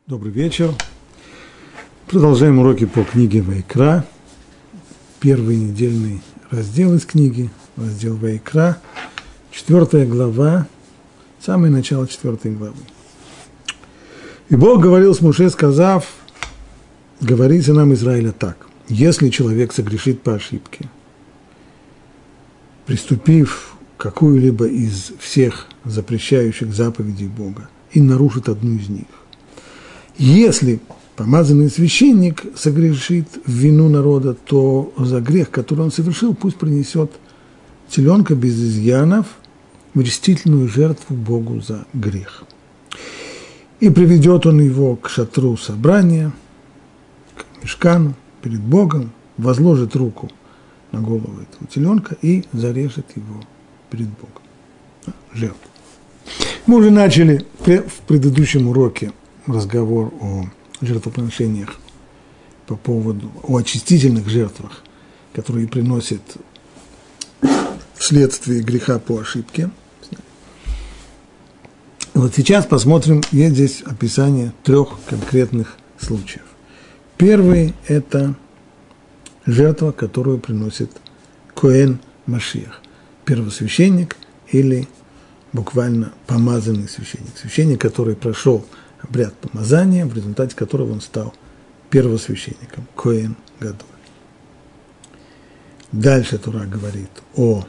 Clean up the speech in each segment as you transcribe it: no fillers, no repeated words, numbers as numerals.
Добрый вечер. Продолжаем уроки по книге Ваикра. Первый недельный раздел из книги, раздел Ваикра, 4 глава, самое начало 4 главы. «И Бог говорил с Моше, сказав, говори сынам Израиля так, если человек согрешит по ошибке, приступив какую-либо из всех запрещающих заповедей Бога и нарушит одну из них, если помазанный священник согрешит в вину народа, то за грех, который он совершил, пусть принесет теленка без изъянов в очистительную жертву Богу за грех. И приведет он его к шатру собрания, к мишкану, перед Богом, возложит руку на голову этого теленка и зарежет его перед Богом. Жертву. Мы уже начали в предыдущем уроке разговор о жертвоприношениях по поводу, о очистительных жертвах, которые приносят вследствие греха по ошибке. Вот сейчас посмотрим, есть здесь описание 3 конкретных случаев. Первый – это жертва, которую приносит Коэн Машиах, первосвященник или буквально помазанный священник. Священник, который прошел обряд помазания, в результате которого он стал первосвященником, Коэн Гадоль. Дальше Тора говорит о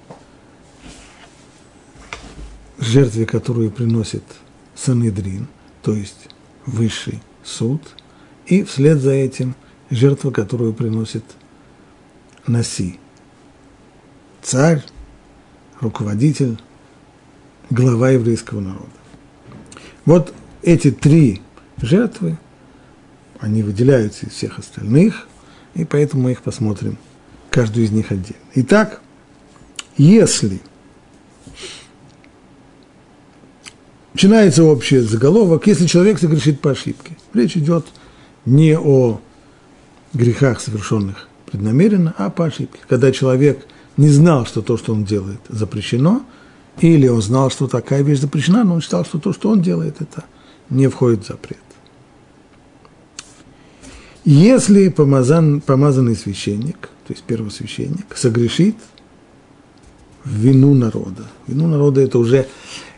жертве, которую приносит Санедрин, то есть высший суд, и вслед за этим жертва, которую приносит Наси, царь, руководитель, глава еврейского народа. Вот эти 3 жертвы, они выделяются из всех остальных, и поэтому мы их посмотрим, каждую из них отдельно. Итак, если начинается общий заголовок, если человек согрешит по ошибке, речь идет не о грехах, совершенных преднамеренно, а по ошибке. Когда человек не знал, что то, что он делает, запрещено, или он знал, что такая вещь запрещена, но он считал, что то, что он делает, это не входит в запрет. Если помазанный священник, то есть первосвященник, согрешит в вину народа. Вину народа – это уже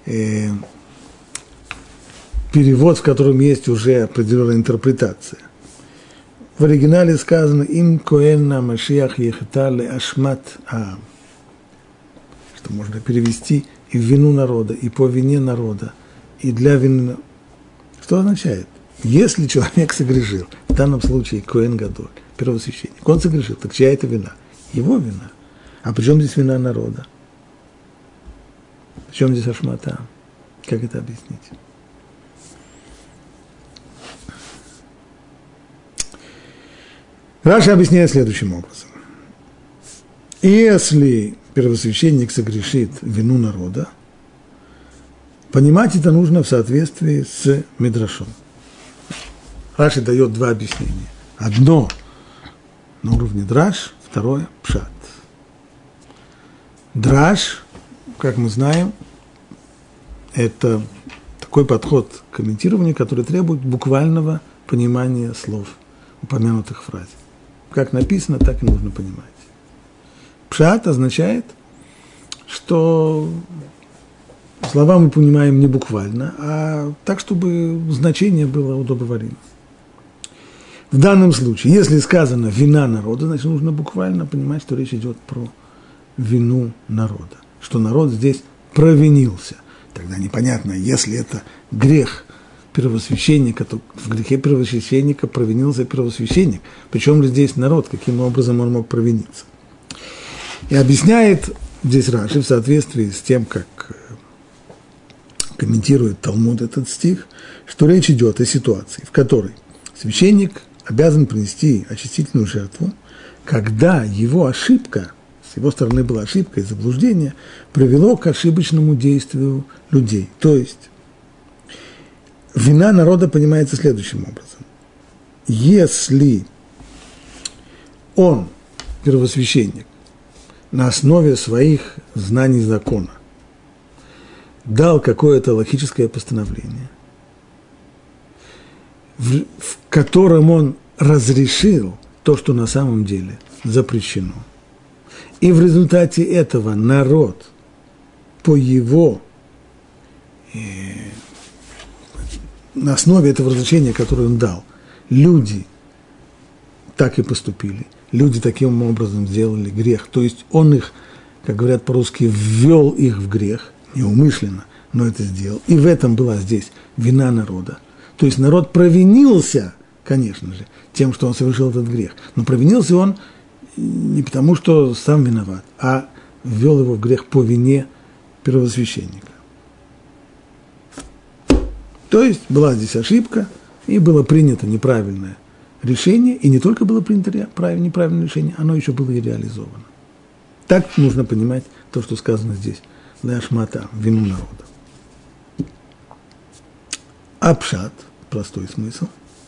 перевод, в котором есть уже определенная интерпретация. В оригинале сказано «Им коэн Машиах ехета ле ашмат аам», что можно перевести и в вину народа, и по вине народа, и для вины. Что означает? Если человек согрешил, в данном случае Коэн Гадоль, первосвященник, он согрешил, так чья это вина? Его вина. А при чем здесь вина народа? При чем здесь ашмат аам? Как это объяснить? Раша объясняет следующим образом. Если первосвященник согрешит вину народа, понимать это нужно в соответствии с Мидрашом. Раши дает 2 объяснения. Одно на уровне драш, второе пшат. Драш, как мы знаем, это такой подход к комментированию, который требует буквального понимания слов, упомянутых в фразе. Как написано, так и нужно понимать. Пшат означает, что слова мы понимаем не буквально, а так, чтобы значение было удобоваримо. В данном случае, если сказано «вина народа», значит, нужно буквально понимать, что речь идет про вину народа, что народ здесь провинился. Тогда непонятно, если это грех первосвященника, то в грехе первосвященника провинился первосвященник. Причем ли здесь народ, каким образом он мог провиниться? И объясняет здесь Раши в соответствии с тем, как комментирует Талмуд этот стих, что речь идет о ситуации, в которой священник обязан принести очистительную жертву, когда его ошибка, с его стороны была ошибка и заблуждение, привело к ошибочному действию людей. То есть вина народа понимается следующим образом. Если он, первосвященник, на основе своих знаний закона дал какое-то логическое постановление, в котором он разрешил то, что на самом деле запрещено. И в результате этого народ по его, на основе этого разрешения, которое он дал, люди так и поступили. Люди таким образом сделали грех. То есть он их, как говорят по-русски, ввел их в грех, неумышленно, но это сделал. И в этом была здесь вина народа. То есть народ провинился, конечно же, тем, что он совершил этот грех. Но провинился он не потому, что сам виноват, а ввел его в грех по вине первосвященника. То есть была здесь ошибка, и было принято неправильное решение, и не только было принято неправильное решение, оно еще было и реализовано. Так нужно понимать то, что сказано здесь. Леашмата, вину народа. Апшат, простой смысл,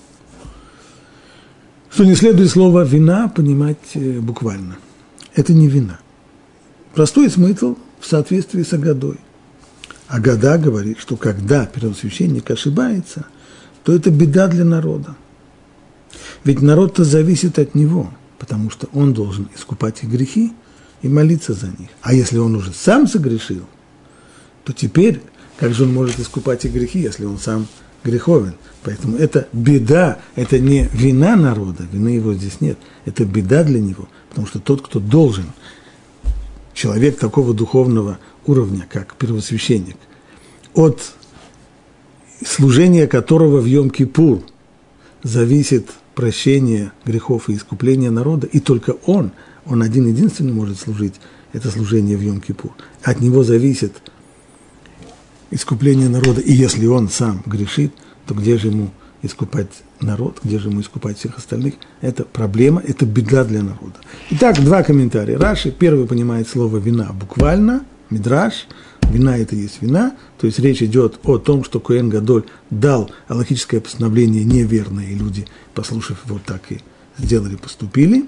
что не следует слово «вина» понимать буквально. Это не вина. Простой смысл в соответствии с Агадой. Агада говорит, что когда первосвященник ошибается, то это беда для народа. Ведь народ-то зависит от него, потому что он должен искупать их грехи и молиться за них. А если он уже сам согрешил, то теперь, как же он может искупать их грехи, если он сам греховен? Поэтому это беда, это не вина народа, вины его здесь нет, это беда для него, потому что тот, кто должен, человек такого духовного уровня, как первосвященник, от служения которого в Йом-Кипур зависит прощение грехов и искупление народа, и только он один-единственный может служить это служение в Йом-Кипур. От него зависит искупление народа, и если он сам грешит, то где же ему искупать народ, где же ему искупать всех остальных? Это проблема, это беда для народа. Итак, два комментария. Раши, первый понимает слово «вина» буквально, Мидраш, вина – это есть вина, то есть речь идет о том, что Коэн Гадоль дал алахическое постановление неверное, и люди, послушав его, так и сделали, поступили.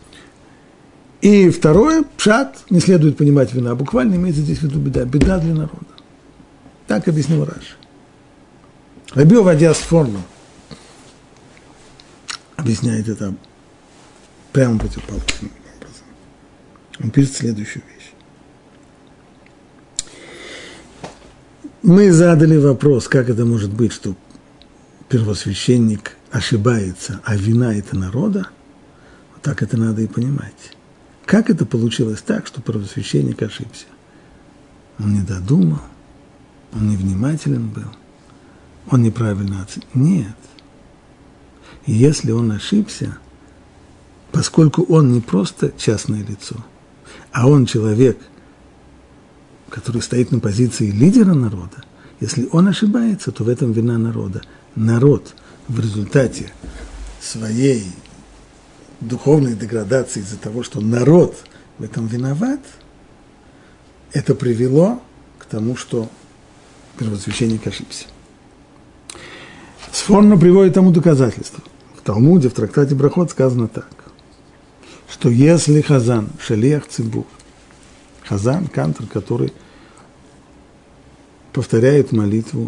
И второе, пшат, не следует понимать вина буквально, имеется здесь в виду беда для народа. Так объяснил Раши. Раби Овадия Сфорно объясняет это прямо противоположным образом. Он пишет следующую вещь. Мы задали вопрос, как это может быть, что первосвященник ошибается, а вина – это народа. Вот так это надо и понимать. Как это получилось так, что первосвященник ошибся? Он не додумал, он невнимателен был, он неправильно оценил. Нет. И если он ошибся, поскольку он не просто частное лицо, а он человек, который стоит на позиции лидера народа, если он ошибается, то в этом вина народа. Народ в результате своей духовной деградации из-за того, что народ в этом виноват, это привело к тому, что первосвященник ошибся. Сфорно приводит тому доказательство. В Талмуде, в трактате Брахот сказано так, что если хазан, шалиах цибур, хазан, кантор, который повторяет молитву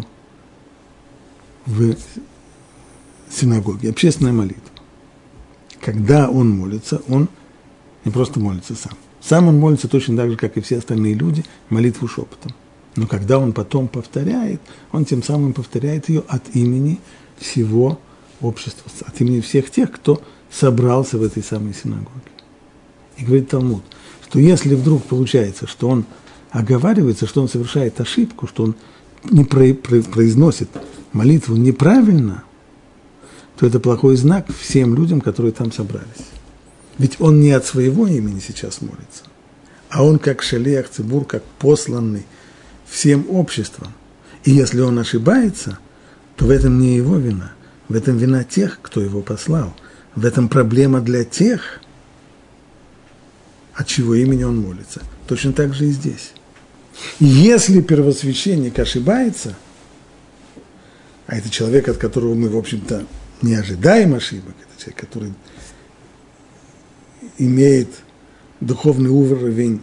в синагоге, общественная молитва. Когда он молится, он не просто молится сам. Сам он молится точно так же, как и все остальные люди, молитву шепотом. Но когда он потом повторяет, он тем самым повторяет ее от имени всего общества, от имени всех тех, кто собрался в этой самой синагоге. И говорит Талмуд, что если вдруг получается, что он оговаривается, что он совершает ошибку, что он не произносит молитву неправильно, то это плохой знак всем людям, которые там собрались. Ведь он не от своего имени сейчас молится, а он как шалиах цибур, как посланный всем обществом. И если он ошибается, то в этом не его вина, в этом вина тех, кто его послал, в этом проблема для тех, от чьего имени он молится. Точно так же и здесь. Если первосвященник ошибается, а это человек, от которого мы, в общем-то, не ожидаем ошибок, это человек, который имеет духовный уровень,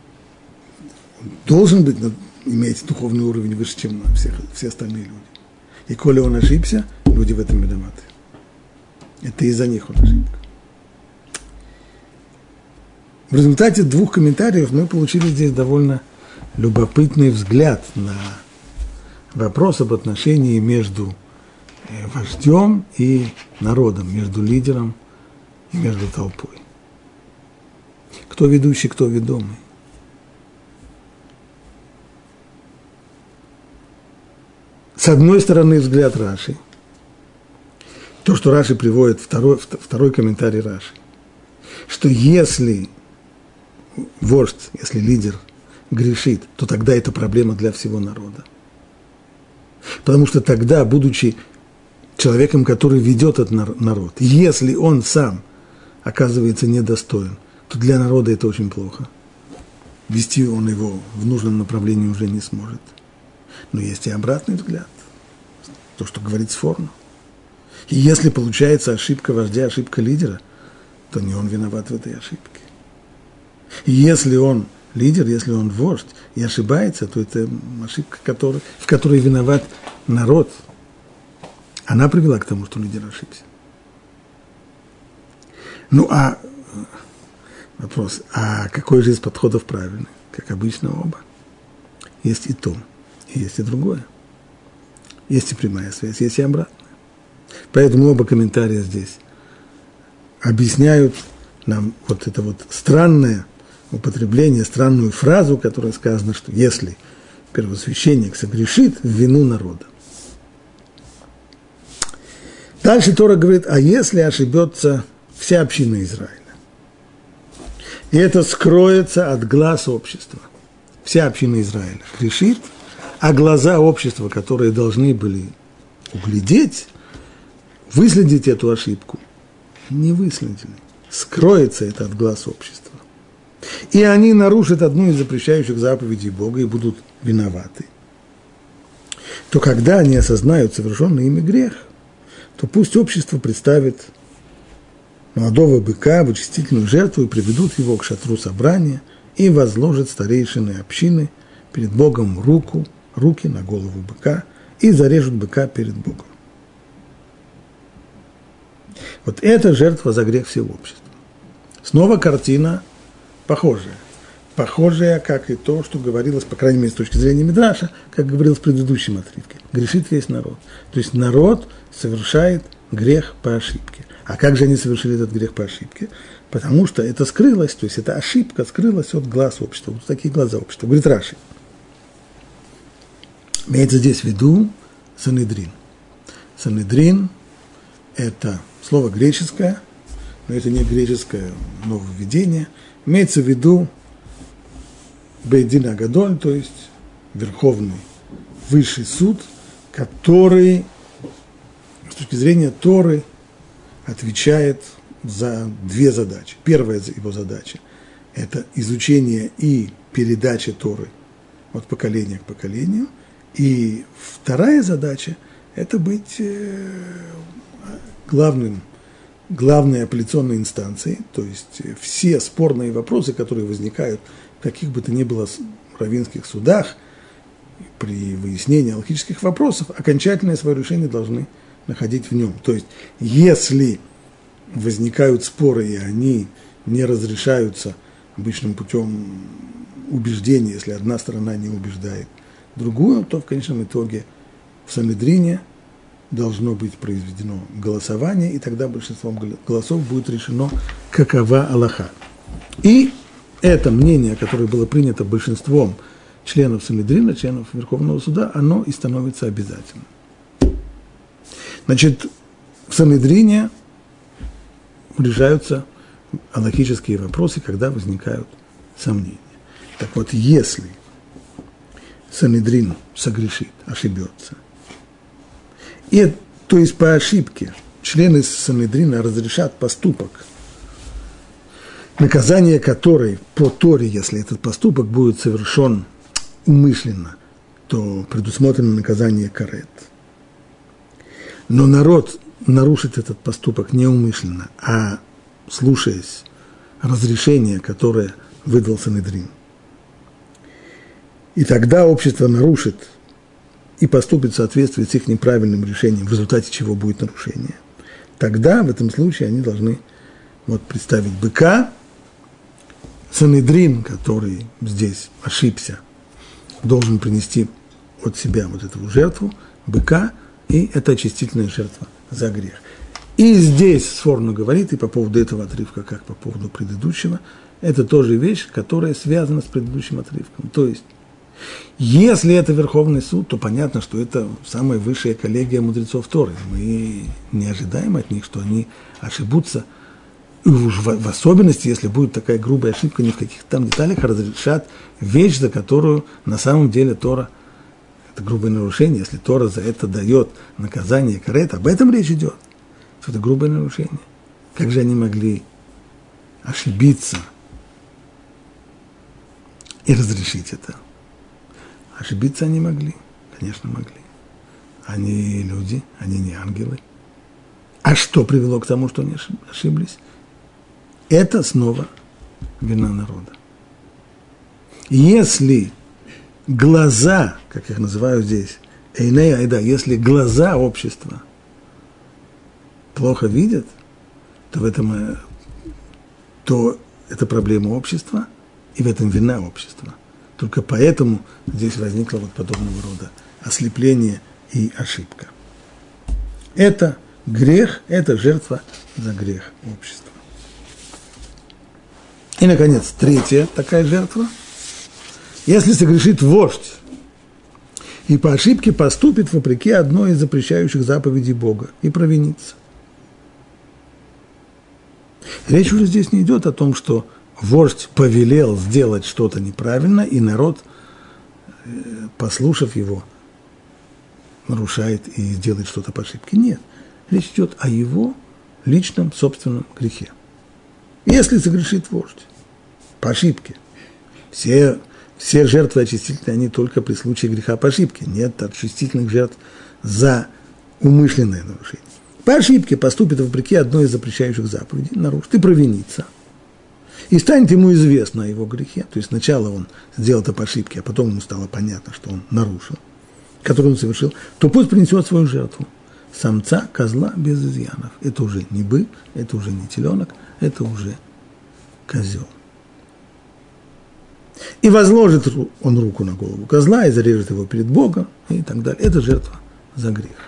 должен быть, иметь духовный уровень выше, чем все остальные люди. И коли он ошибся, люди в этом виноваты. Это из-за них он ошибка. В результате двух комментариев мы получили здесь довольно любопытный взгляд на вопрос об отношении между вождем и народом, между лидером и между толпой. Кто ведущий, кто ведомый. С одной стороны, взгляд Раши. То, что Раши приводит, второй комментарий Раши, что если вождь, если лидер грешит, то тогда это проблема для всего народа. Потому что тогда, будучи человеком, который ведет этот народ, если он сам оказывается недостоин, то для народа это очень плохо. Вести он его в нужном направлении уже не сможет. Но есть и обратный взгляд, то, что говорит Сфорно. И если получается ошибка вождя, ошибка лидера, то не он виноват в этой ошибке. И если он лидер, если он вождь и ошибается, то это ошибка, в которой виноват народ. Она привела к тому, что лидер ошибся. Ну, а вопрос, а какой же из подходов правильный? Как обычно, оба. Есть и то, и есть и другое. Есть и прямая связь, есть и обратная. Поэтому оба комментария здесь объясняют нам вот это вот странное употребление, странную фразу, которая сказана, что если первосвященник согрешит в вину народа. Дальше Тора говорит, а если ошибется вся община Израиля? И это скроется от глаз общества. Вся община Израиля грешит, а глаза общества, которые должны были углядеть, выследить эту ошибку, не выследили. Скроется это от глаз общества. И они нарушат одну из запрещающих заповедей Бога и будут виноваты. То когда они осознают совершенный ими грех, то пусть общество представит молодого быка в очистительную жертву и приведут его к шатру собрания и возложат старейшины общины перед Богом руки на голову быка и зарежут быка перед Богом. Вот это жертва за грех всего общества. Снова картина похожая. Похожая, как и то, что говорилось, по крайней мере, с точки зрения Мидраша, как говорилось в предыдущем отрывке. Грешит весь народ. То есть народ совершает грех по ошибке. А как же они совершили этот грех по ошибке? Потому что это скрылось, то есть эта ошибка скрылась от глаз общества. Вот такие глаза общества. Говорит Раши. Имеется здесь в виду Санедрин. Санедрин – это слово греческое, но это не греческое нововведение. Имеется в виду Бейт Дин ха-Гадоль, то есть Верховный, Высший суд, который с точки зрения Торы отвечает за две задачи. Первая его задача – это изучение и передача Торы от поколения к поколению. И вторая задача – это быть главной апелляционной инстанцией, то есть все спорные вопросы, которые возникают в каких бы то ни было раввинских судах, при выяснении алахических вопросов, окончательное свое решение должны находить в нем. То есть, если возникают споры, и они не разрешаются обычным путем убеждения, если одна сторона не убеждает другую, то в конечном итоге в Санедрине должно быть произведено голосование, и тогда большинством голосов будет решено, какова алаха. И это мнение, которое было принято большинством членов Санедрина, членов Верховного суда, оно и становится обязательным. Значит, в Санедрине решаются алахические вопросы, когда возникают сомнения. Так вот, если Санедрин согрешит, ошибется, и, то есть по ошибке члены Санедрина разрешат поступок, наказание которой по Торе, если этот поступок будет совершен умышленно, то предусмотрено наказание карет. Но народ нарушит этот поступок неумышленно, а слушаясь разрешения, которое выдал Санедрин. И тогда общество нарушит и поступит в соответствии с их неправильным решением, в результате чего будет нарушение. тогда в этом случае они должны представить быка. Санедрин, который здесь ошибся, должен принести от себя эту жертву, быка, и это очистительная жертва за грех. И здесь Сфорно говорит, и по поводу этого отрывка, как по поводу предыдущего, это тоже вещь, которая связана с предыдущим отрывком. То есть, если это Верховный суд, то понятно, что это самая высшая коллегия мудрецов Торы. Мы не ожидаем от них, что они ошибутся. И уж в особенности, если будет такая грубая ошибка, ни в каких там деталях разрешат вещь, за которую на самом деле Тора, это грубое нарушение, если Тора за это дает наказание карет, об этом речь идет, что это грубое нарушение. Как же они могли ошибиться и разрешить это? Ошибиться они могли, конечно, могли. Они люди, они не ангелы. А что привело к тому, что они ошиблись? Это снова вина народа. Если глаза, как их называют здесь, эйней айда, если глаза общества плохо видят, то это проблема общества, и в этом вина общества. Только поэтому здесь возникло подобного рода ослепление и ошибка. Это грех, это жертва за грех общества. И, наконец, третья такая жертва. Если согрешит вождь и по ошибке поступит вопреки одной из запрещающих заповедей Бога и провинится. Речь уже здесь не идет о том, что вождь повелел сделать что-то неправильно, и народ, послушав его, нарушает и делает что-то по ошибке. Нет. Речь идет о его личном собственном грехе. Если согрешит вождь по ошибке, все жертвы очистительные, они только при случае греха по ошибке. Нет очистительных жертв за умышленное нарушение. По ошибке поступит вопреки одной из запрещающих заповедей, нарушит и провинится. И станет ему известно о его грехе. То есть сначала он сделал это по ошибке, а потом ему стало понятно, что он нарушил, который он совершил, то пусть принесет свою жертву. Самца, козла без изъянов. Это уже не бык, это уже не теленок, это уже козел. И возложит он руку на голову козла и зарежет его перед Богом и так далее. Это жертва за грех.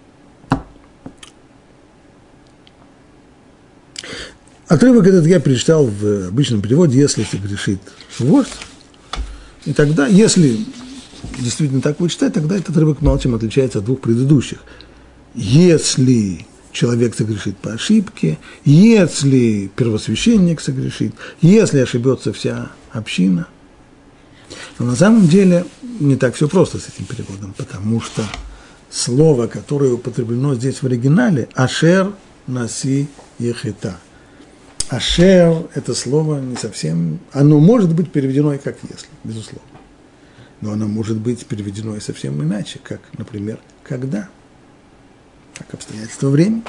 Отрывок этот я перечитал в обычном переводе, если согрешит вождь. И тогда, если действительно так будет читать, тогда этот отрывок мало чем отличается от двух предыдущих. Если человек согрешит по ошибке, если первосвященник согрешит, если ошибется вся община. Но на самом деле не так все просто с этим переводом, потому что слово, которое употреблено здесь в оригинале, ашер наси ехета. Ашер – это слово не совсем, оно может быть переведено и как если, безусловно. Но оно может быть переведено и совсем иначе, как, например, когда, как обстоятельства времени.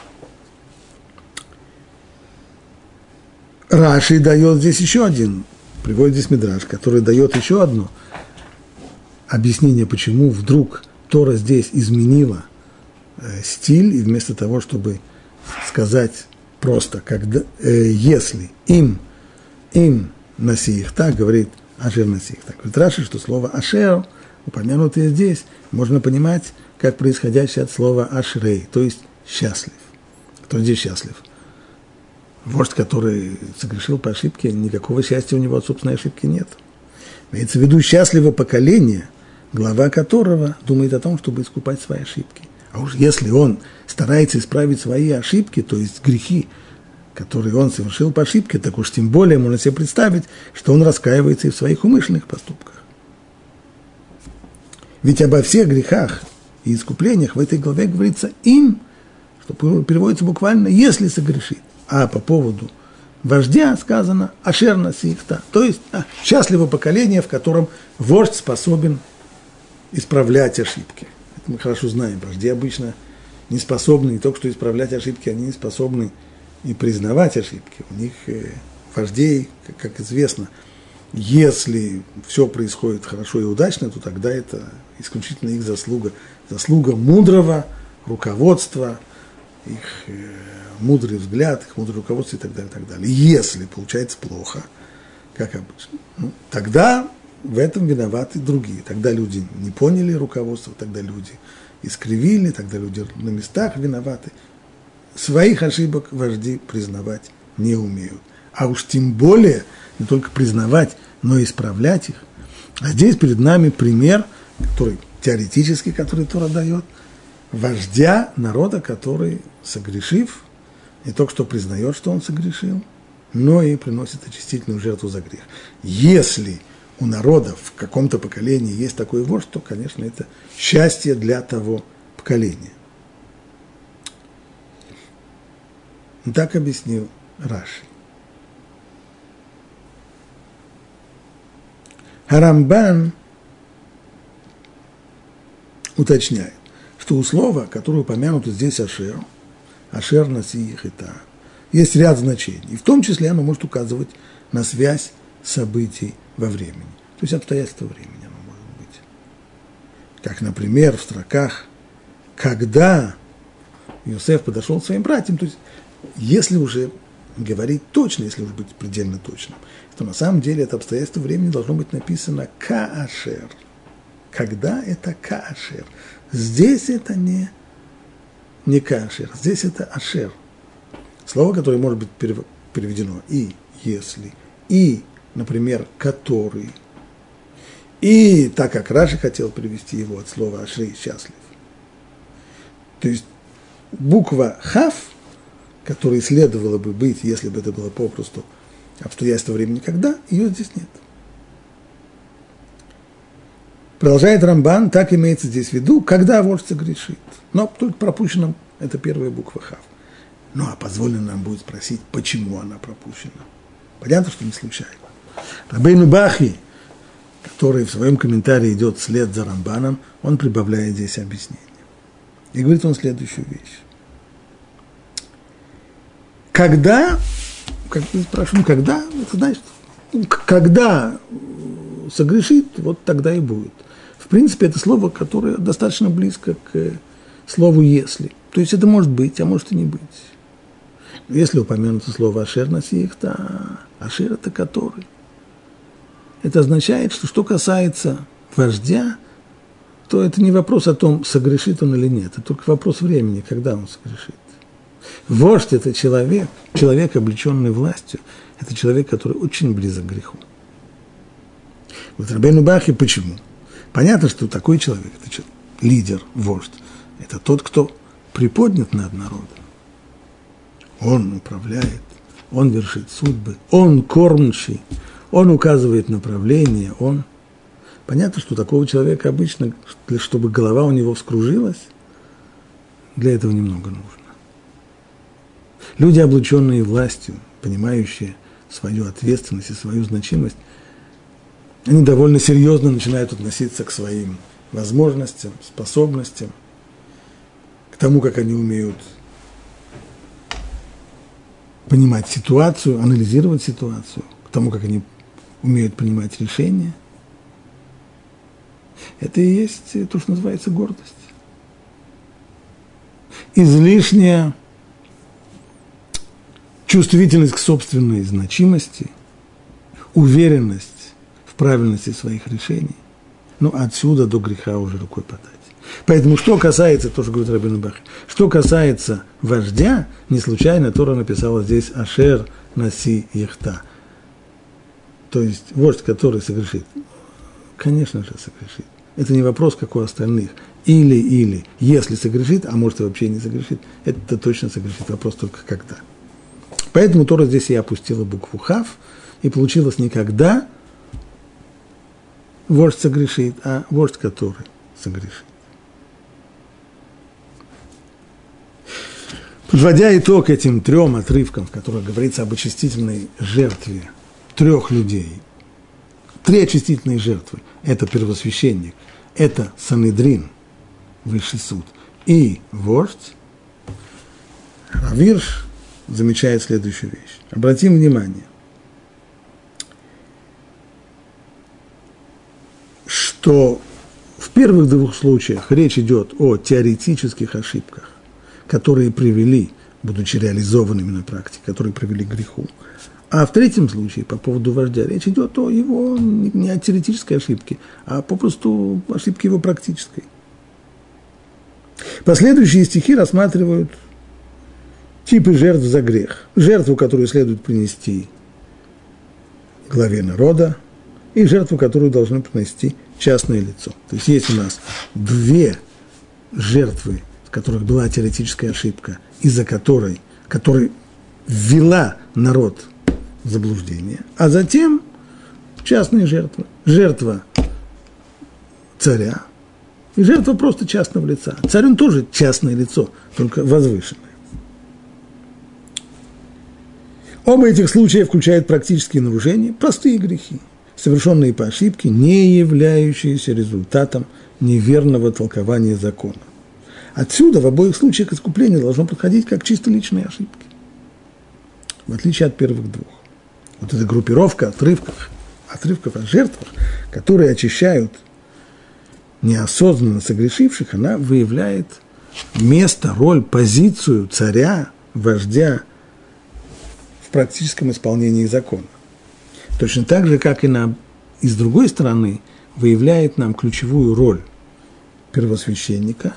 Раши дает здесь еще один, приводит здесь Мидраш, который дает еще одно объяснение, почему вдруг Тора здесь изменила стиль, и вместо того, чтобы сказать просто, когда, если им насиих, так говорит ашер насиих. Так говорит Раши, что слово ашер, упомянутое здесь, можно понимать как происходящее от слова ашрей, то есть счастлив. Кто здесь счастлив? Вождь, который согрешил по ошибке, никакого счастья у него от собственной ошибки нет. Имеется в виду счастливое поколение, глава которого думает о том, чтобы искупать свои ошибки. А уж если он старается исправить свои ошибки, то есть грехи, которые он совершил по ошибке, так уж тем более можно себе представить, что он раскаивается и в своих умышленных поступках. Ведь обо всех грехах и искуплениях в этой главе говорится им, что переводится буквально «если согрешит». А по поводу вождя сказано «ашер насифта», то есть счастливое поколение, в котором вождь способен исправлять ошибки. Это мы хорошо знаем. Вожди обычно не способны не только что исправлять ошибки, они не способны и признавать ошибки. У них вождей, как известно, если все происходит хорошо и удачно, то тогда это исключительно их заслуга. Заслуга мудрого руководства, их мудрый взгляд, их мудрое руководство и так далее, и так далее. Если получается плохо, как обычно, тогда в этом виноваты другие. Тогда люди не поняли руководство, тогда люди искривили, тогда люди на местах виноваты. Своих ошибок вожди признавать не умеют. А уж тем более не только признавать, но и исправлять их. А здесь перед нами пример, который теоретически, который Тора дает, вождя народа, который, согрешив, не только что признает, что он согрешил, но и приносит очистительную жертву за грех. Если у народа в каком-то поколении есть такой вождь, то, конечно, это счастье для того поколения. Так объяснил Раши. Рамбан уточняет, что у слова, которое упомянуто здесь ашер, ашер наси хита, есть ряд значений, и в том числе оно может указывать на связь событий во времени, то есть обстоятельства времени оно может быть. Как, например, в строках «когда Йосеф подошел к своим братьям», то есть если уже говорить точно, если уж быть предельно точным, то на самом деле это обстоятельство времени должно быть написано «каашер». Когда это каашер. Здесь это не каашер, здесь это ашер. Слово, которое может быть переведено и если, и, например, который, и так как Раши хотел перевести его от слова ашри, счастлив. То есть буква хав, которой следовало бы быть, если бы это было попросту обстоятельство времени когда, ее здесь нет. Продолжает Рамбан, так имеется здесь в виду, когда вождь согрешит. Но только пропущена это первая буква хав. Ну, а позволено нам будет спросить, почему она пропущена. Понятно, что не случайно. Рабейну Бахи, который в своем комментарии идет вслед за Рамбаном, он прибавляет здесь объяснение. И говорит он следующую вещь. Когда, как я спрашиваю, когда, это значит, когда согрешит, вот тогда и будет. В принципе, это слово, которое достаточно близко к слову «если». То есть это может быть, а может и не быть. Если упомянуто слово «ашер насих», то «ашер» – это «который». Это означает, что касается вождя, то это не вопрос о том, согрешит он или нет, это только вопрос времени, когда он согрешит. Вождь – это человек, облеченный властью, это человек, который очень близок к греху. Вот Рабейну Бахи почему? Понятно, что такой человек, это лидер, вождь, это тот, кто приподнят над народом. Он управляет, он вершит судьбы, он кормчий, он указывает направление, он... Понятно, что такого человека обычно, чтобы голова у него вскружилась, для этого немного нужно. Люди, облеченные властью, понимающие свою ответственность и свою значимость, они довольно серьезно начинают относиться к своим возможностям, способностям, к тому, как они умеют понимать ситуацию, анализировать ситуацию, к тому, как они умеют принимать решения. Это и есть то, что называется гордость. Излишняя чувствительность к собственной значимости, уверенность в правильности своих решений. Но отсюда до греха уже рукой подать. Поэтому, что касается, тоже говорит Рабейну Бахи, что касается вождя, не случайно Тора написала здесь «Ашер наси ехта». То есть вождь, который согрешит, конечно же согрешит. Это не вопрос, как у остальных. Или, если согрешит, а может и вообще не согрешит, это точно согрешит. Вопрос только когда. Поэтому Тора здесь и опустила букву «Хав», и получилось не когда вождь согрешит, а вождь, который согрешит. Подводя итог этим 3 отрывкам, в которых говорится об очистительной жертве 3 людей, 3 очистительные жертвы – это первосвященник, это Санедрин, высший суд, и вождь, Рав Ирш замечает следующую вещь. Обратим внимание, что в первых 2 случаях речь идет о теоретических ошибках, которые привели, будучи реализованными на практике, которые привели к греху. А в третьем случае, по поводу вождя, речь идет о его не о теоретической ошибке, а попросту ошибке его практической. Последующие стихи рассматривают типы жертв за грех. Жертву, которую следует принести главе народа, и жертву, которую должно принести частное лицо. То есть есть у нас две жертвы, в которых была теоретическая ошибка, из-за которой ввела народ в заблуждение, а затем частные жертвы. Жертва царя и жертва просто частного лица. Царь он тоже частное лицо, только возвышенное. Оба этих случая включают практические нарушения, простые грехи, совершенные по ошибке, не являющиеся результатом неверного толкования закона. Отсюда в обоих случаях искупление должно подходить как чисто личные ошибки, в отличие от первых двух. Вот эта группировка отрывков о жертвах, которые очищают неосознанно согрешивших, она выявляет место, роль, позицию царя, вождя в практическом исполнении закона. Точно так же, как и с другой стороны, выявляет нам ключевую роль первосвященника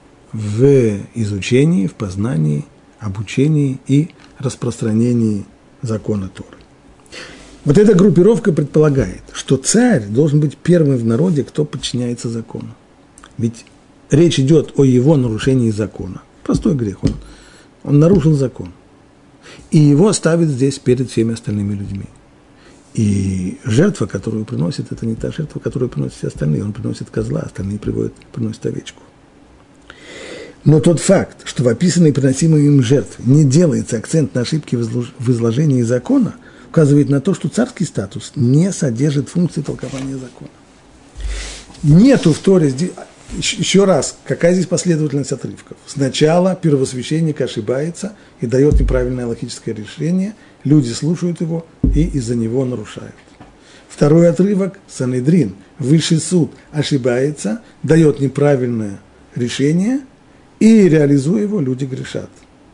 в изучении, в познании, обучении и распространении закона Торы. Вот эта группировка предполагает, что царь должен быть первым в народе, кто подчиняется закону. Ведь речь идет о его нарушении закона. Простой грех, он нарушил закон. И его ставят здесь перед всеми остальными людьми. И жертва, которую приносит, это не та жертва, которую приносят все остальные. Он приносит козла, остальные приносят овечку. Но тот факт, что в описанной и приносимой им жертве не делается акцент на ошибки в изложении закона, указывает на то, что царский статус не содержит функции толкования закона. Нету в Торе здесь, еще раз, какая здесь последовательность отрывков? Сначала первосвященник ошибается и дает неправильное логическое решение, люди слушают его и из-за него нарушают. Второй отрывок, Санедрин, высший суд, ошибается, дает неправильное решение, и, реализуя его, люди грешат.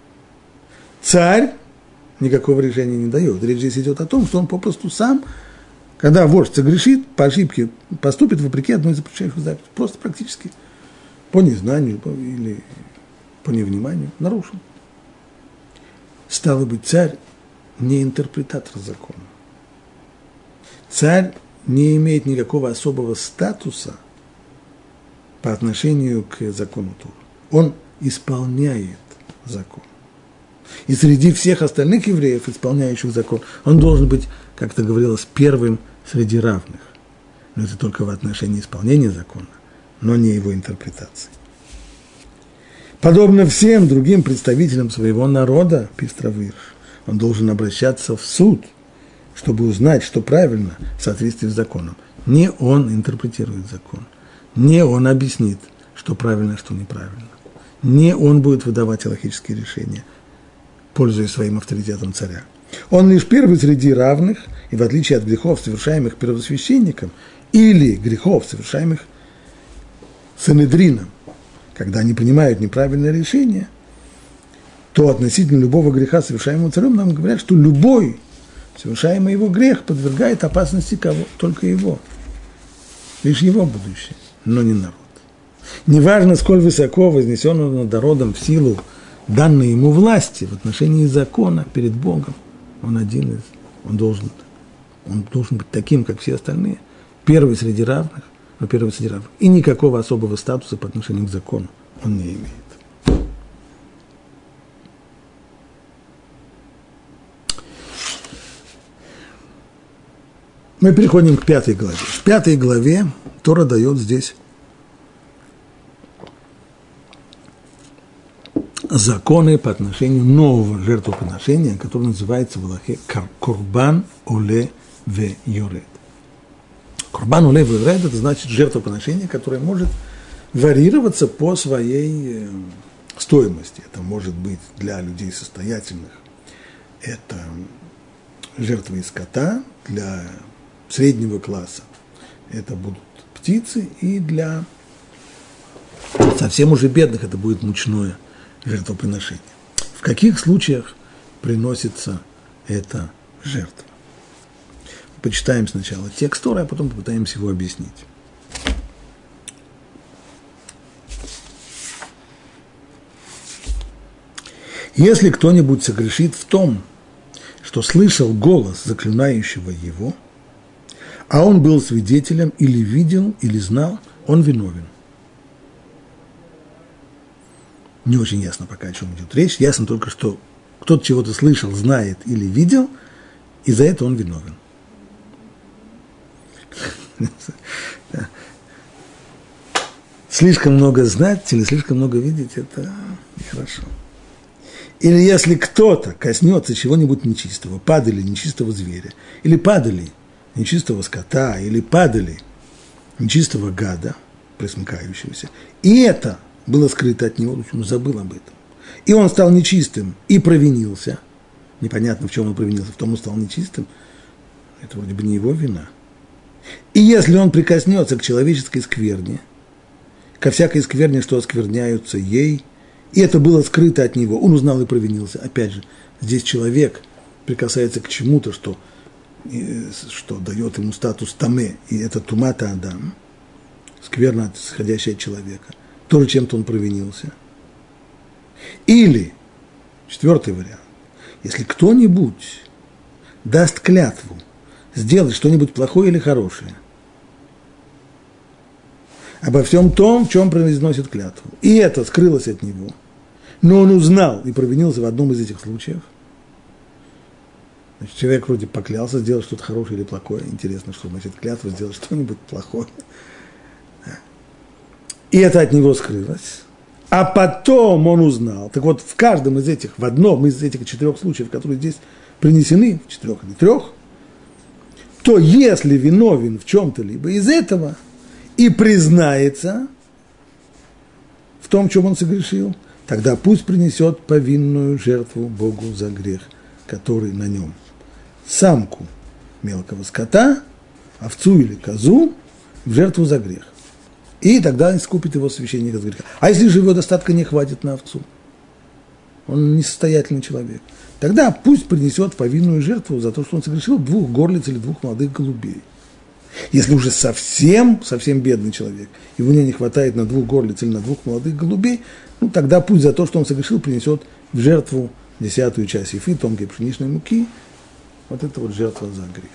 Царь никакого решения не дает. Речь здесь идет о том, что он попросту сам, когда вождь согрешит, по ошибке поступит вопреки одной из запрещающих заповедей, просто практически по незнанию или по невниманию нарушил. Стало быть, царь не интерпретатор закона. Царь не имеет никакого особого статуса по отношению к закону Торы. Он исполняет закон. И среди всех остальных евреев, исполняющих закон, он должен быть, как это говорилось, первым среди равных. Но это только в отношении исполнения закона, но не его интерпретации. Подобно всем другим представителям своего народа, Пистравир, он должен обращаться в суд, чтобы узнать, что правильно в соответствии с законом. Не он интерпретирует закон, не он объяснит, что правильно, что неправильно. Не он будет выдавать логические решения, пользуясь своим авторитетом царя. Он лишь первый среди равных, и в отличие от грехов, совершаемых первосвященником, или грехов, совершаемых Санедрином, когда они принимают неправильное решение, то относительно любого греха, совершаемого царем, нам говорят, что любой совершаемый его грех подвергает опасности кого? Только его. Лишь его будущее, но не народ. Неважно, сколь высоко вознесен он над народом в силу данной ему власти в отношении закона перед Богом, он должен быть таким, как все остальные, первый среди равных, и никакого особого статуса по отношению к закону он не имеет. Мы переходим к 5 главе. В 5 главе Тора дает здесь законы по отношению нового жертвоприношения, которое называется в Алахе Корбан Оле ве Йоред. Корбан Оле ве Йоред – это значит жертвоприношение, которое может варьироваться по своей стоимости. Это может быть для людей состоятельных. Это жертва из скота, для среднего класса это будут птицы, и для совсем уже бедных это будет мучное жертвоприношения. В каких случаях приносится эта жертва? Почитаем сначала текст Торы, а потом попытаемся его объяснить. Если кто-нибудь согрешит в том, что слышал голос заклинающего его, а он был свидетелем или видел, или знал, он виновен. Не очень ясно пока, о чем идет речь. Ясно только, что кто-то чего-то слышал, знает или видел, и за это он виновен. Слишком много знать или слишком много видеть – это нехорошо. Или если кто-то коснется чего-нибудь нечистого, падали нечистого зверя, или падали нечистого скота, или падали нечистого гада, пресмыкающегося, и это было скрыто от него, он забыл об этом, и он стал нечистым и провинился, непонятно, в чем он провинился, в том, он стал нечистым, это вроде бы не его вина. И если он прикоснется к человеческой скверне, ко всякой скверне, что оскверняются ей, и это было скрыто от него, он узнал и провинился. Опять же, здесь человек прикасается к чему-то, что дает ему статус таме, и это тумата адам, скверно исходящая от человека. Тоже чем-то он провинился. Или, четвертый вариант, если кто-нибудь даст клятву сделать что-нибудь плохое или хорошее, обо всем том, в чем произносит клятву. И это скрылось от него. Но он узнал и провинился в одном из этих случаев. Значит, человек вроде поклялся сделать что-то хорошее или плохое. Интересно, что значит клятва сделать что-нибудь плохое. И это от него скрылось. А потом он узнал. Так вот, в каждом из этих, в одном из этих 4 случаев, которые здесь принесены, в 4 или 3, то если виновен в чем-то либо из этого, и признается в том, в чем он согрешил, тогда пусть принесет повинную жертву Богу за грех, который на нем. Самку мелкого скота, овцу или козу в жертву за грех. И тогда искупит его священник от греха. А если же его достатка не хватит на овцу? Он несостоятельный человек. Тогда пусть принесет повинную жертву за то, что он согрешил 2 горлиц или 2 молодых голубей. Если уже совсем бедный человек, и у него не хватает на 2 горлиц или на 2 молодых голубей, ну тогда пусть за то, что он согрешил, принесет в жертву 10-ю часть ефы, тонкой пшеничной муки. Вот это вот жертва за грех.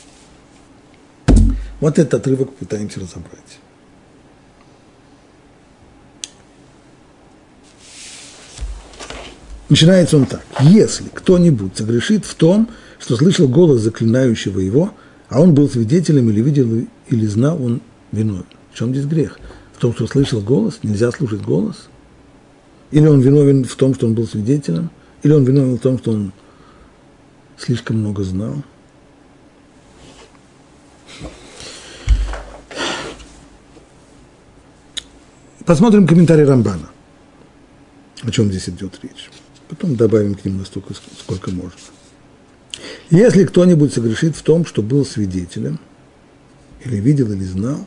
Вот этот отрывок пытаемся разобрать. Начинается он так. Если кто-нибудь согрешит в том, что слышал голос заклинающего его, а он был свидетелем или видел, или знал, он виновен. В чем здесь грех? В том, что слышал голос, нельзя слушать голос? Или он виновен в том, что он был свидетелем? Или он виновен в том, что он слишком много знал? Посмотрим комментарий Рамбана, о чем здесь идет речь. Потом добавим к нему настолько, сколько можно. Если кто-нибудь согрешит в том, что был свидетелем, или видел, или знал,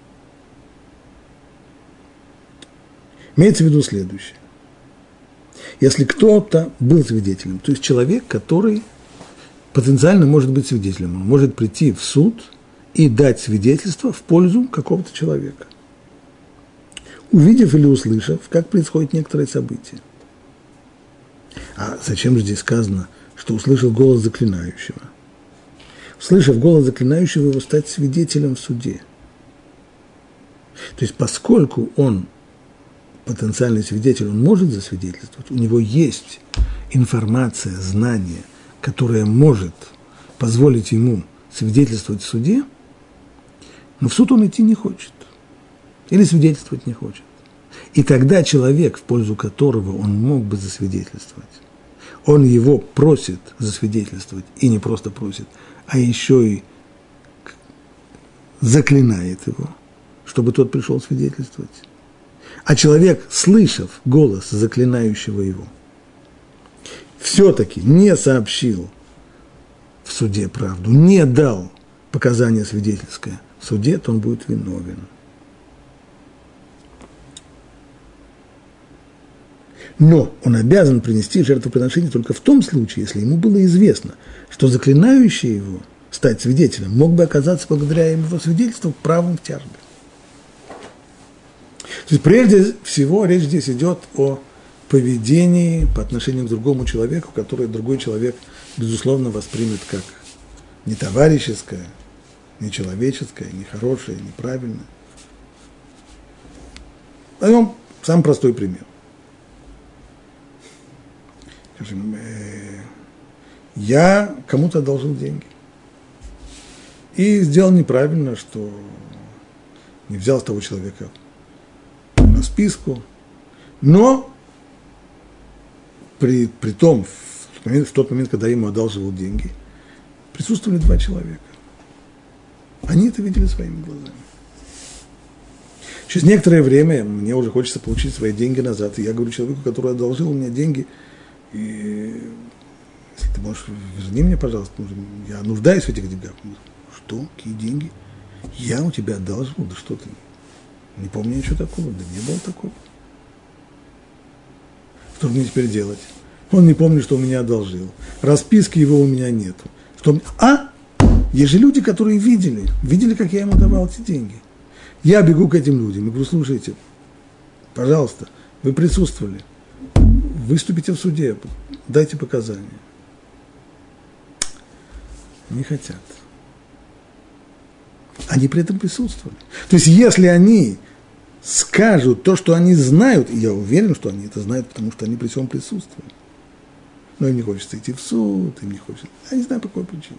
имеется в виду следующее. Если кто-то был свидетелем, то есть человек, который потенциально может быть свидетелем, он может прийти в суд и дать свидетельство в пользу какого-то человека, увидев или услышав, как происходит некоторые события. А зачем же здесь сказано, что услышал голос заклинающего? Услышав голос заклинающего, его стать свидетелем в суде. То есть, поскольку он потенциальный свидетель, он может засвидетельствовать, у него есть информация, знание, которое может позволить ему свидетельствовать в суде, но в суд он идти не хочет. Или свидетельствовать не хочет. И тогда человек, в пользу которого он мог бы засвидетельствовать, он его просит засвидетельствовать, и не просто просит, а еще и заклинает его, чтобы тот пришел свидетельствовать. А человек, слышав голос заклинающего его, все-таки не сообщил в суде правду, не дал показания свидетельское в суде, то он будет виновен. Но он обязан принести жертвоприношение только в том случае, если ему было известно, что заклинающий его стать свидетелем мог бы оказаться благодаря его свидетельству правым в тяжбе. То есть прежде всего речь здесь идет о поведении по отношению к другому человеку, которое другой человек, безусловно, воспримет как нетоварищеское, нечеловеческое, нехорошее, неправильное. Возьмем самый простой пример. Скажем, я кому-то одолжил деньги и сделал неправильно, что не взял с того человека расписку, но при том, в тот момент, когда я ему одалживал деньги, присутствовали два человека. Они это видели своими глазами. Через некоторое время мне уже хочется получить свои деньги назад, и я говорю человеку, который одолжил у меня деньги, и если ты можешь, верни мне, пожалуйста, я нуждаюсь в этих деньгах. Что? Какие деньги? Я у тебя одалживал? Да что ты? Не помню ничего такого, да не было такого. Что мне теперь делать? Он не помнит, что он меня одолжил. Расписки его у меня нету. Есть же люди, которые видели, как я ему давал эти деньги. Я бегу к этим людям и говорю, слушайте, пожалуйста, вы присутствовали, выступите в суде, дайте показания. Не хотят. Они при этом присутствовали. То есть, если они скажут то, что они знают, и я уверен, что они это знают, потому что они при всем присутствовали, но им не хочется идти в суд, им не хочется, я не знаю, по какой причине.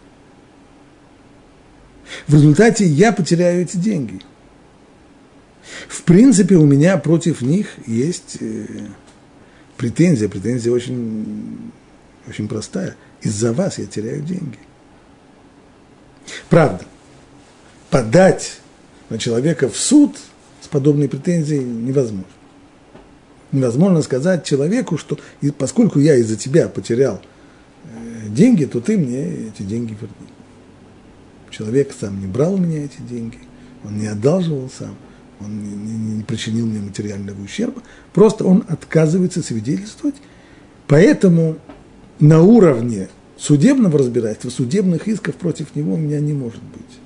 В результате я потеряю эти деньги. В принципе, у меня против них есть претензия. Претензия очень, очень простая. Из-за вас я теряю деньги. Правда, подать на человека в суд с подобной претензией невозможно. Невозможно сказать человеку, что поскольку я из-за тебя потерял деньги, то ты мне эти деньги верни. Человек сам не брал у меня эти деньги, он не одалживал сам, он не причинил мне материального ущерба, просто он отказывается свидетельствовать, поэтому на уровне судебного разбирательства, судебных исков против него у меня не может быть.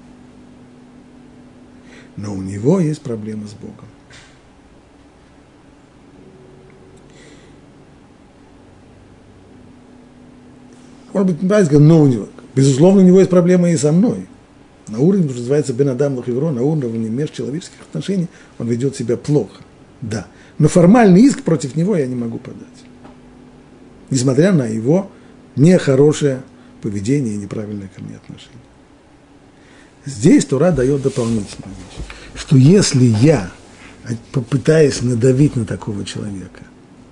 Но у него есть проблема с Богом. Может быть, неправильно сказать, но у него, безусловно, у него есть проблема и со мной. На уровне, что называется Бен Адам Лахивро, на уровне межчеловеческих отношений он ведет себя плохо. Да. Но формальный иск против него я не могу подать. Несмотря на его нехорошее поведение и неправильное ко мне отношение. Здесь Тора дает дополнительную вещь, что если я попытаюсь надавить на такого человека,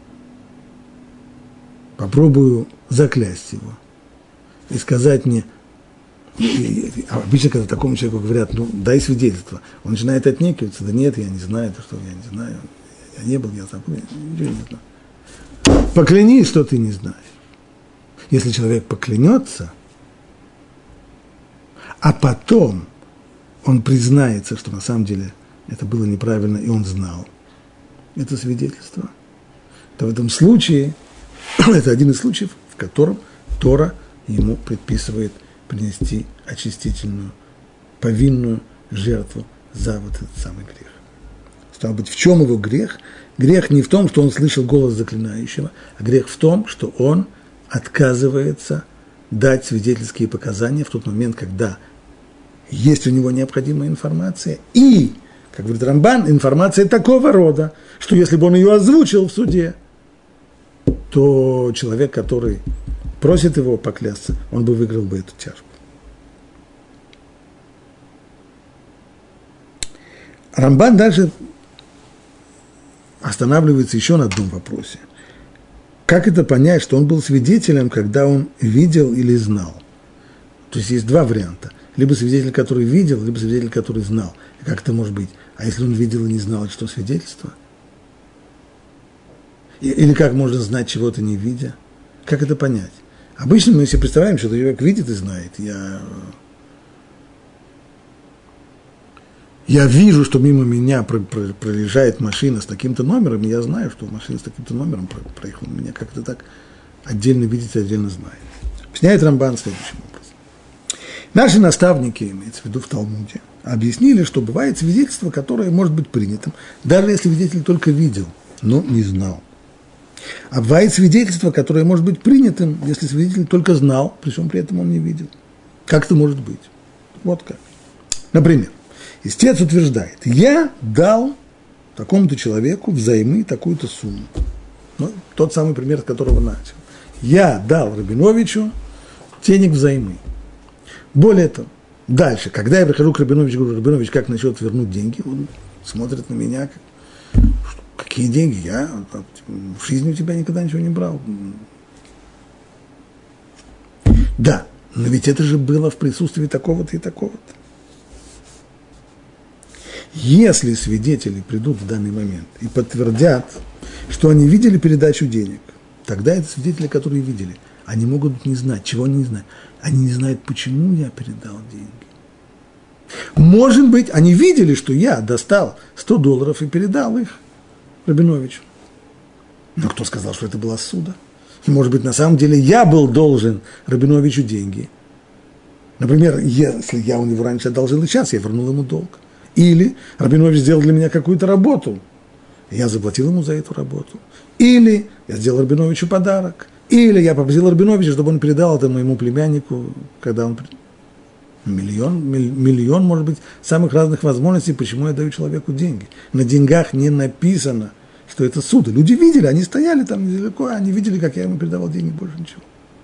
попробую заклясть его и сказать мне, обычно, когда такому человеку говорят, дай свидетельство, он начинает отнекиваться, да нет, я не знаю, это что, я не знаю, я не был, я забыл, я ничего не знаю. Поклянись, что ты не знаешь. Если человек поклянется, а потом он признается, что на самом деле это было неправильно, и он знал это свидетельство, то в этом случае, это один из случаев, в котором Тора ему предписывает принести очистительную, повинную жертву за вот этот самый грех. Стало быть, в чем его грех? Грех не в том, что он слышал голос заклинающего, а грех в том, что он отказывается дать свидетельские показания в тот момент, когда есть у него необходимая информация, и, как говорит Рамбан, информация такого рода, что если бы он ее озвучил в суде, то человек, который просит его поклясться, он бы выиграл бы эту тяжбу. Рамбан дальше останавливается еще на одном вопросе. Как это понять, что он был свидетелем, когда он видел или знал? То есть есть два варианта. Либо свидетель, который видел, либо свидетель, который знал. Как это может быть? А если он видел и не знал, это что, свидетельство? Или как можно знать чего-то не видя? Как это понять? Обычно мы себе представляем, что человек видит и знает. я вижу, что мимо меня проезжает машина с таким-то номером, и я знаю, что машина с таким-то номером проехала меня, как-то так отдельно видите, отдельно знаете. Объясняет Рамбан следующим образом. Наши наставники, имеется в виду в Талмуде, объяснили, что бывает свидетельство, которое может быть принятым, даже если свидетель только видел, но не знал. А бывает свидетельство, которое может быть принятым, если свидетель только знал, причем при этом он не видел. Как это может быть? Вот как. Например, истец утверждает, я дал такому-то человеку взаймы такую-то сумму. Ну, тот самый пример, с которого начал. Я дал Рабиновичу денег взаймы. Более того, дальше, когда я прихожу к Рабиновичу, говорю, Рабинович, как насчет вернуть деньги? Он смотрит на меня, какие деньги? Я в жизни у тебя никогда ничего не брал. Да, но ведь это же было в присутствии такого-то и такого-то. Если свидетели придут в данный момент и подтвердят, что они видели передачу денег, тогда это свидетели, которые видели. Они могут не знать. Чего они не знают? Они не знают, почему я передал деньги. Может быть, они видели, что я достал $100 и передал их Рабиновичу. Но кто сказал, что это была ссуда? Может быть, на самом деле я был должен Рабиновичу деньги. Например, если я у него раньше одолжил и сейчас, я вернул ему долг. Или Рабинович сделал для меня какую-то работу, и я заплатил ему за эту работу. Или я сделал Рабиновичу подарок. Или я попросил Рабиновича, чтобы он передал это моему племяннику, когда он... Миллион, может быть, самых разных возможностей, почему я даю человеку деньги. На деньгах не написано, что это суд. Люди видели, они стояли там недалеко, они видели, как я ему передавал деньги, больше ничего.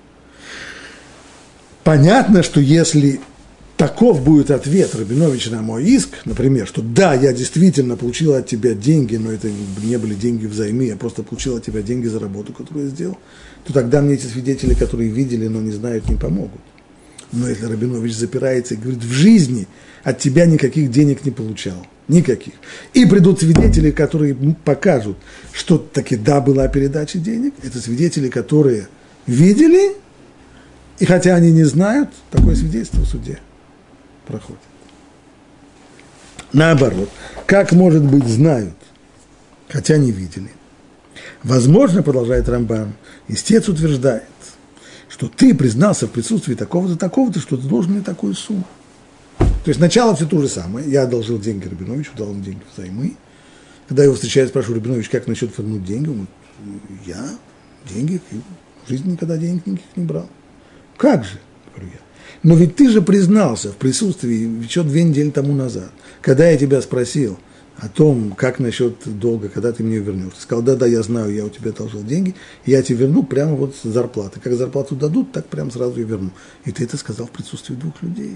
Понятно, что если таков будет ответ Рабиновича на мой иск, например, что да, я действительно получил от тебя деньги, но это не были деньги взаймы, я просто получил от тебя деньги за работу, которую я сделал, то тогда мне эти свидетели, которые видели, но не знают, не помогут. Но если Рабинович запирается и говорит, в жизни от тебя никаких денег не получал, никаких, и придут свидетели, которые покажут, что таки да, была передача денег, это свидетели, которые видели, и хотя они не знают, такое свидетельство в суде проходит. Наоборот, как может быть знают, хотя не видели? Возможно, продолжает Рамбан, истец утверждает, что ты признался в присутствии такого-то, такого-то, что ты должен мне такую сумму. То есть сначала все то же самое. Я одолжил деньги Рабиновичу, дал ему деньги взаймы. Когда я его встречаю, спрашиваю, Рабинович, как насчет вернуть деньги? Он говорит, я деньги, в жизни никогда денег никаких не брал. Как же, говорю я. Но ведь ты же признался в присутствии еще 2 недели тому назад, когда я тебя спросил о том, как насчет долга, когда ты мне вернешь. Ты сказал, да, я знаю, я у тебя одолжил деньги, и я тебе верну прямо вот с зарплаты. Как зарплату дадут, так прямо сразу и верну. И ты это сказал в присутствии 2 людей.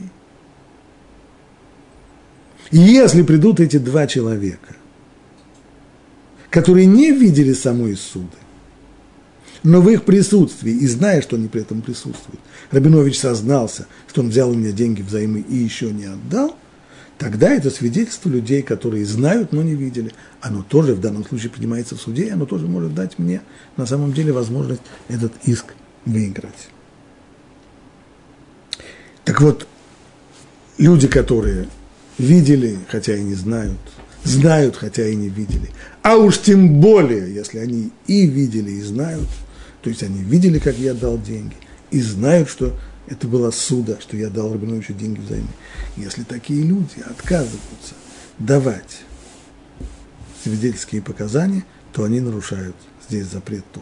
И если придут эти 2 человека, которые не видели самой ссуды, но в их присутствии, и зная, что они при этом присутствуют, Рабинович сознался, что он взял у меня деньги взаймы и еще не отдал, тогда это свидетельство людей, которые знают, но не видели. Оно тоже в данном случае принимается в суде, и оно тоже может дать мне на самом деле возможность этот иск выиграть. Так вот, люди, которые видели, хотя и не знают, знают, хотя и не видели, а уж тем более, если они и видели, и знают, то есть они видели, как я дал деньги, и знают, что это была ссуда, что я дал Рабиновичу деньги взаймы. Если такие люди отказываются давать свидетельские показания, то они нарушают здесь запрет Торы.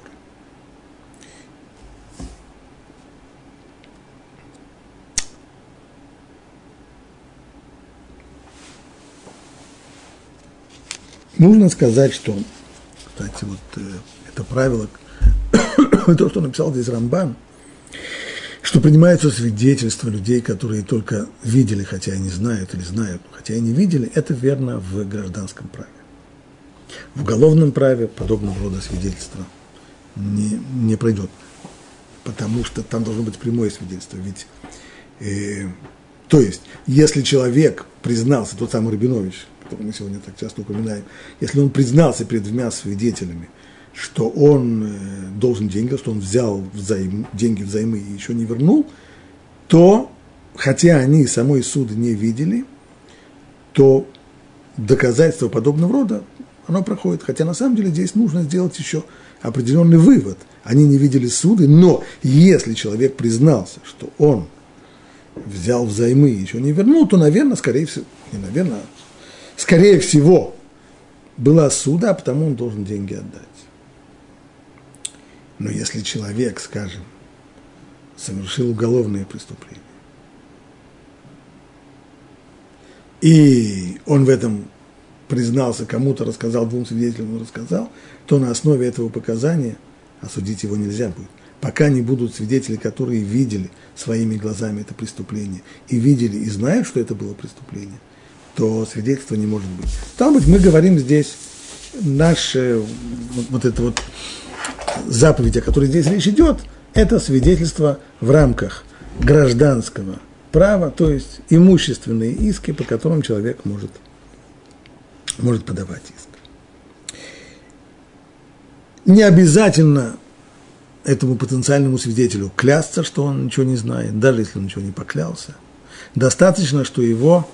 Нужно сказать, что, кстати, вот это правило, то, что написал здесь Рамбан, что принимаются свидетельства людей, которые только видели, хотя и не знают, или знают, хотя и не видели, это верно в гражданском праве. В уголовном праве подобного рода свидетельства не пройдет, потому что там должно быть прямое свидетельство. Ведь, то есть, если человек признался, тот самый Рабинович, которого мы сегодня так часто упоминаем, если он признался перед 2 свидетелями, что он должен деньги, что он взял деньги взаймы и еще не вернул, то, хотя они самой суды не видели, то доказательство подобного рода, оно проходит. Хотя на самом деле здесь нужно сделать еще определенный вывод. Они не видели суды, но если человек признался, что он взял взаймы и еще не вернул, то, наверное, скорее всего, была суда, а потому он должен деньги отдать. Но если человек, скажем, совершил уголовное преступление, и он в этом признался, кому-то рассказал, 2 свидетелям рассказал, то на основе этого показания осудить его нельзя будет. Пока не будут свидетели, которые видели своими глазами это преступление, и видели, и знают, что это было преступление, то свидетельства не может быть. Стало быть, мы говорим здесь, наша вот эта вот заповедь, о которой здесь речь идет, это свидетельство в рамках гражданского права, то есть имущественные иски, по которым человек может подавать иск. Не обязательно этому потенциальному свидетелю клясться, что он ничего не знает, даже если он ничего не поклялся. Достаточно, что его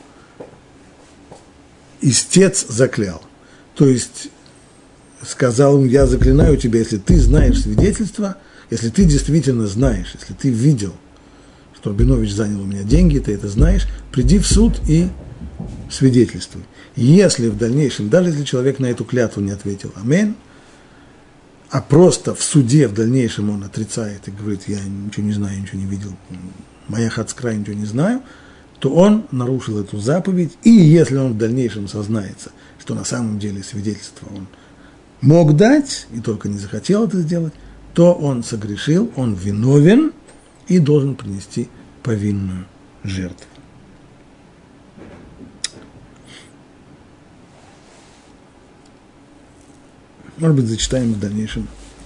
истец заклял. То есть сказал ему: я заклинаю тебя, если ты знаешь свидетельство, если ты действительно знаешь, если ты видел, что Рабинович занял у меня деньги, ты это знаешь, приди в суд и свидетельствуй. Если в дальнейшем, даже если человек на эту клятву не ответил «Аминь», а просто в суде в дальнейшем он отрицает и говорит: я ничего не знаю, ничего не видел, моя хацкра, ничего не знаю, то он нарушил эту заповедь, и если он в дальнейшем сознается, что на самом деле свидетельство он мог дать, и только не захотел это сделать, то он согрешил, он виновен и должен принести повинную жертву. Может быть, зачитаем в дальнейшем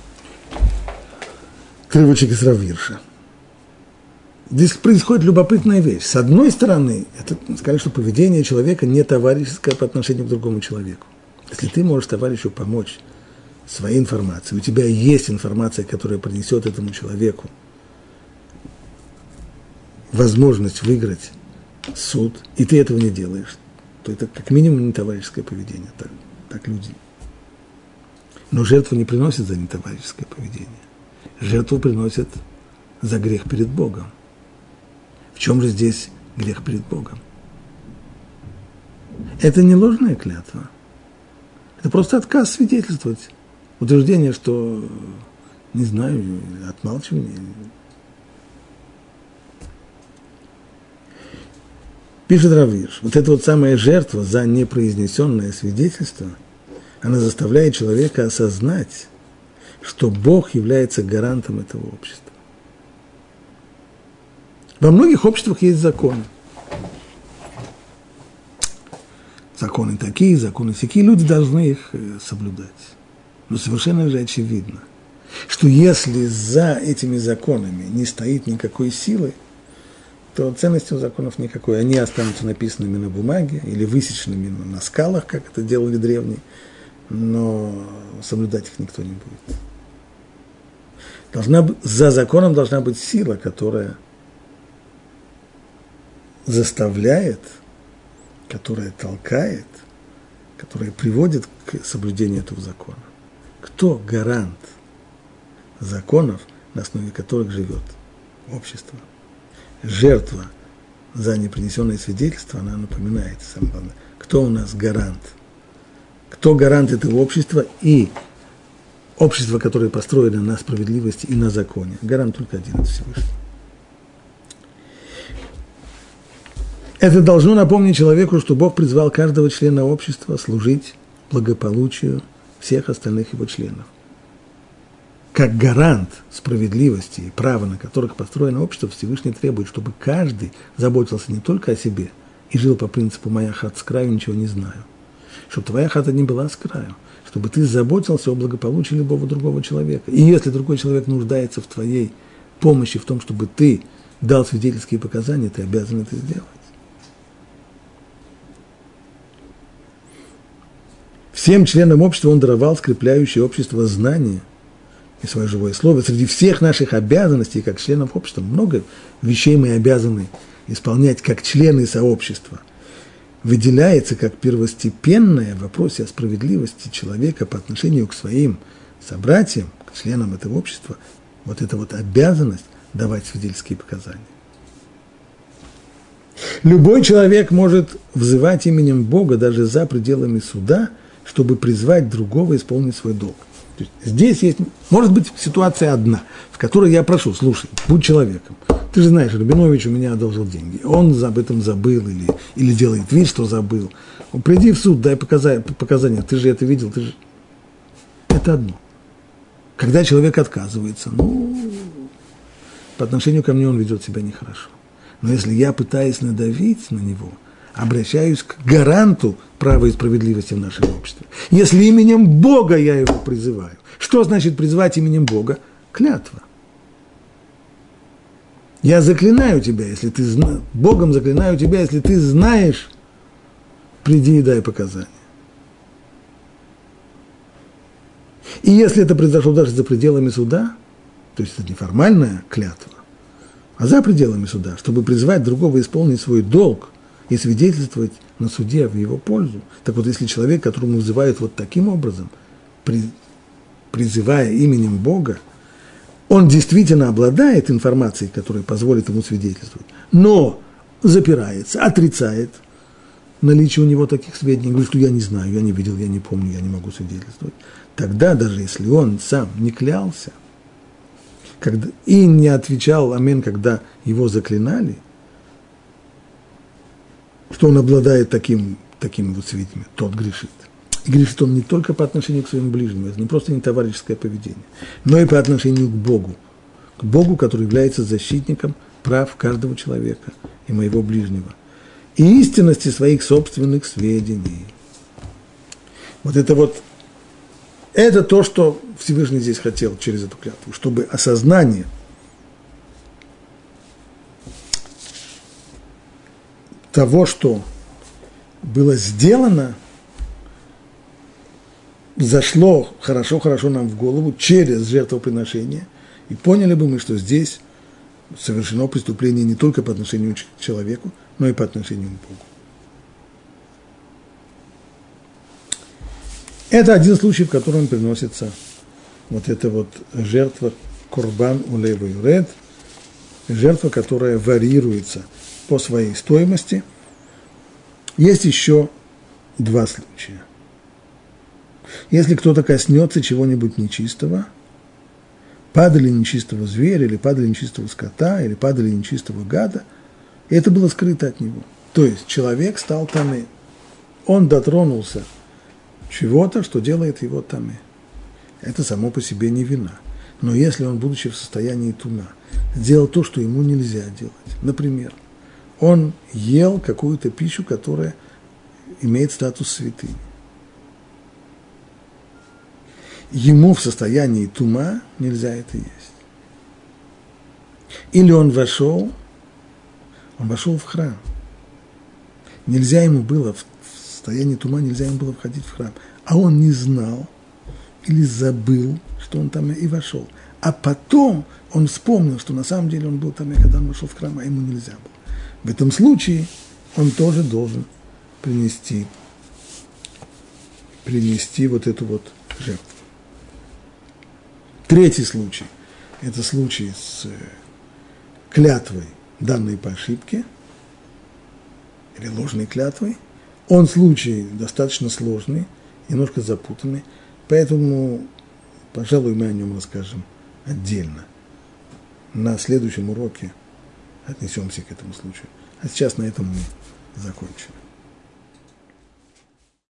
отрывочек из Рав Гирша. Здесь происходит любопытная вещь. С одной стороны, это сказать, что поведение человека не товарищеское по отношению к другому человеку. Если ты можешь товарищу помочь своей информацией, у тебя есть информация, которая принесет этому человеку возможность выиграть суд, и ты этого не делаешь, то это как минимум не товарищеское поведение. Так люди. Но жертву не приносят за нетоварищеское поведение. Жертву приносят за грех перед Богом. В чем же здесь грех перед Богом? Это не ложная клятва. Это просто отказ свидетельствовать. Утверждение, что, не знаю, отмалчивание. Пишет Рав Гирш, вот эта вот самая жертва за непроизнесенное свидетельство, она заставляет человека осознать, что Бог является гарантом этого общества. Во многих обществах есть законы. Законы такие, законы сякие, люди должны их соблюдать. Но совершенно же очевидно, что если за этими законами не стоит никакой силы, то ценности у законов никакой. Они останутся написанными на бумаге или высеченными на скалах, как это делали древние, но соблюдать их никто не будет. За законом должна быть сила, которая заставляет, которая толкает, которая приводит к соблюдению этого закона. Кто гарант законов, на основе которых живет общество? Жертва за непринесенное свидетельство, она напоминает, самое главное, кто у нас гарант. Кто гарант этого общества и общество, которое построено на справедливости и на законе. Гарант только один – это Всевышний. Это должно напомнить человеку, что Бог призвал каждого члена общества служить благополучию всех остальных его членов. Как гарант справедливости и права, на которых построено общество, Всевышний требует, чтобы каждый заботился не только о себе и жил по принципу «моя хата с краю, ничего не знаю», чтобы твоя хата не была с краю, чтобы ты заботился о благополучии любого другого человека. И если другой человек нуждается в твоей помощи, в том, чтобы ты дал свидетельские показания, ты обязан это сделать. Всем членам общества он даровал скрепляющее общество знания и свое живое слово. Среди всех наших обязанностей, как членов общества, много вещей мы обязаны исполнять как члены сообщества. выделяется как первостепенное в вопросе о справедливости человека по отношению к своим собратьям, к членам этого общества, вот эта вот обязанность давать свидетельские показания. Любой человек может взывать именем Бога даже за пределами суда, чтобы призвать другого исполнить свой долг. То есть здесь есть, может быть, ситуация одна, в которой я прошу, слушай, будь человеком. Ты же знаешь, Рабинович у меня одолжил деньги. Он об этом забыл или делает вид, что забыл. Приди в суд, дай показания. Ты же это видел, ты же... Это одно. Когда человек отказывается, по отношению ко мне он ведет себя нехорошо. Но если я пытаюсь надавить на него, обращаюсь к гаранту права и справедливости в нашем обществе. Если именем Бога я его призываю. Что значит призывать именем Бога? Клятва. Я заклинаю тебя, если ты знаешь, Богом заклинаю тебя, если ты знаешь, приди и дай показания. И если это произошло даже за пределами суда, то есть это не формальная клятва, а за пределами суда, чтобы призвать другого исполнить свой долг и свидетельствовать на суде в его пользу. Так вот, если человек, которому вызывают вот таким образом, призывая именем Бога, он действительно обладает информацией, которая позволит ему свидетельствовать, но запирается, отрицает наличие у него таких сведений, говорит, что я не знаю, я не видел, я не помню, я не могу свидетельствовать, тогда, даже если он сам не клялся и не отвечал «Амин», когда его заклинали, что он обладает такими вот сведениями, тот грешит. И грешит он не только по отношению к своему ближнему, это не просто не товарищеское поведение, но и по отношению к Богу, который является защитником прав каждого человека и моего ближнего, и истинности своих собственных сведений. Это то, что Всевышний здесь хотел через эту клятву, чтобы осознание того, что было сделано, зашло хорошо нам в голову через жертвоприношение, и поняли бы мы, что здесь совершено преступление не только по отношению к человеку, но и по отношению к Богу. Это один случай, в котором приносится вот эта вот жертва Корбан Улей Ваюред, жертва, которая варьируется по своей стоимости. Есть еще два случая. Если кто-то коснется чего-нибудь нечистого, падали нечистого зверя, или падали нечистого скота, или падали нечистого гада, и это было скрыто от него. То есть человек стал тамэ. Он дотронулся чего-то, что делает его тамэ. Это само по себе не вина. Но если он, будучи в состоянии тума, сделал то, что ему нельзя делать, например, он ел какую-то пищу, которая имеет статус святыни, ему в состоянии тума нельзя это есть. Или он вошел в храм. Нельзя ему было, в состоянии тума нельзя ему было входить в храм. А он не знал или забыл, что он там и вошел. А потом он вспомнил, что на самом деле он был там, когда он вошел в храм, а ему нельзя было. В этом случае он тоже должен принести вот эту вот жертву. Третий случай – это случай с клятвой, данной по ошибке, или ложной клятвой. Он случай достаточно сложный, немножко запутанный, поэтому, пожалуй, мы о нем расскажем отдельно. На следующем уроке отнесемся к этому случаю. А сейчас на этом мы закончим.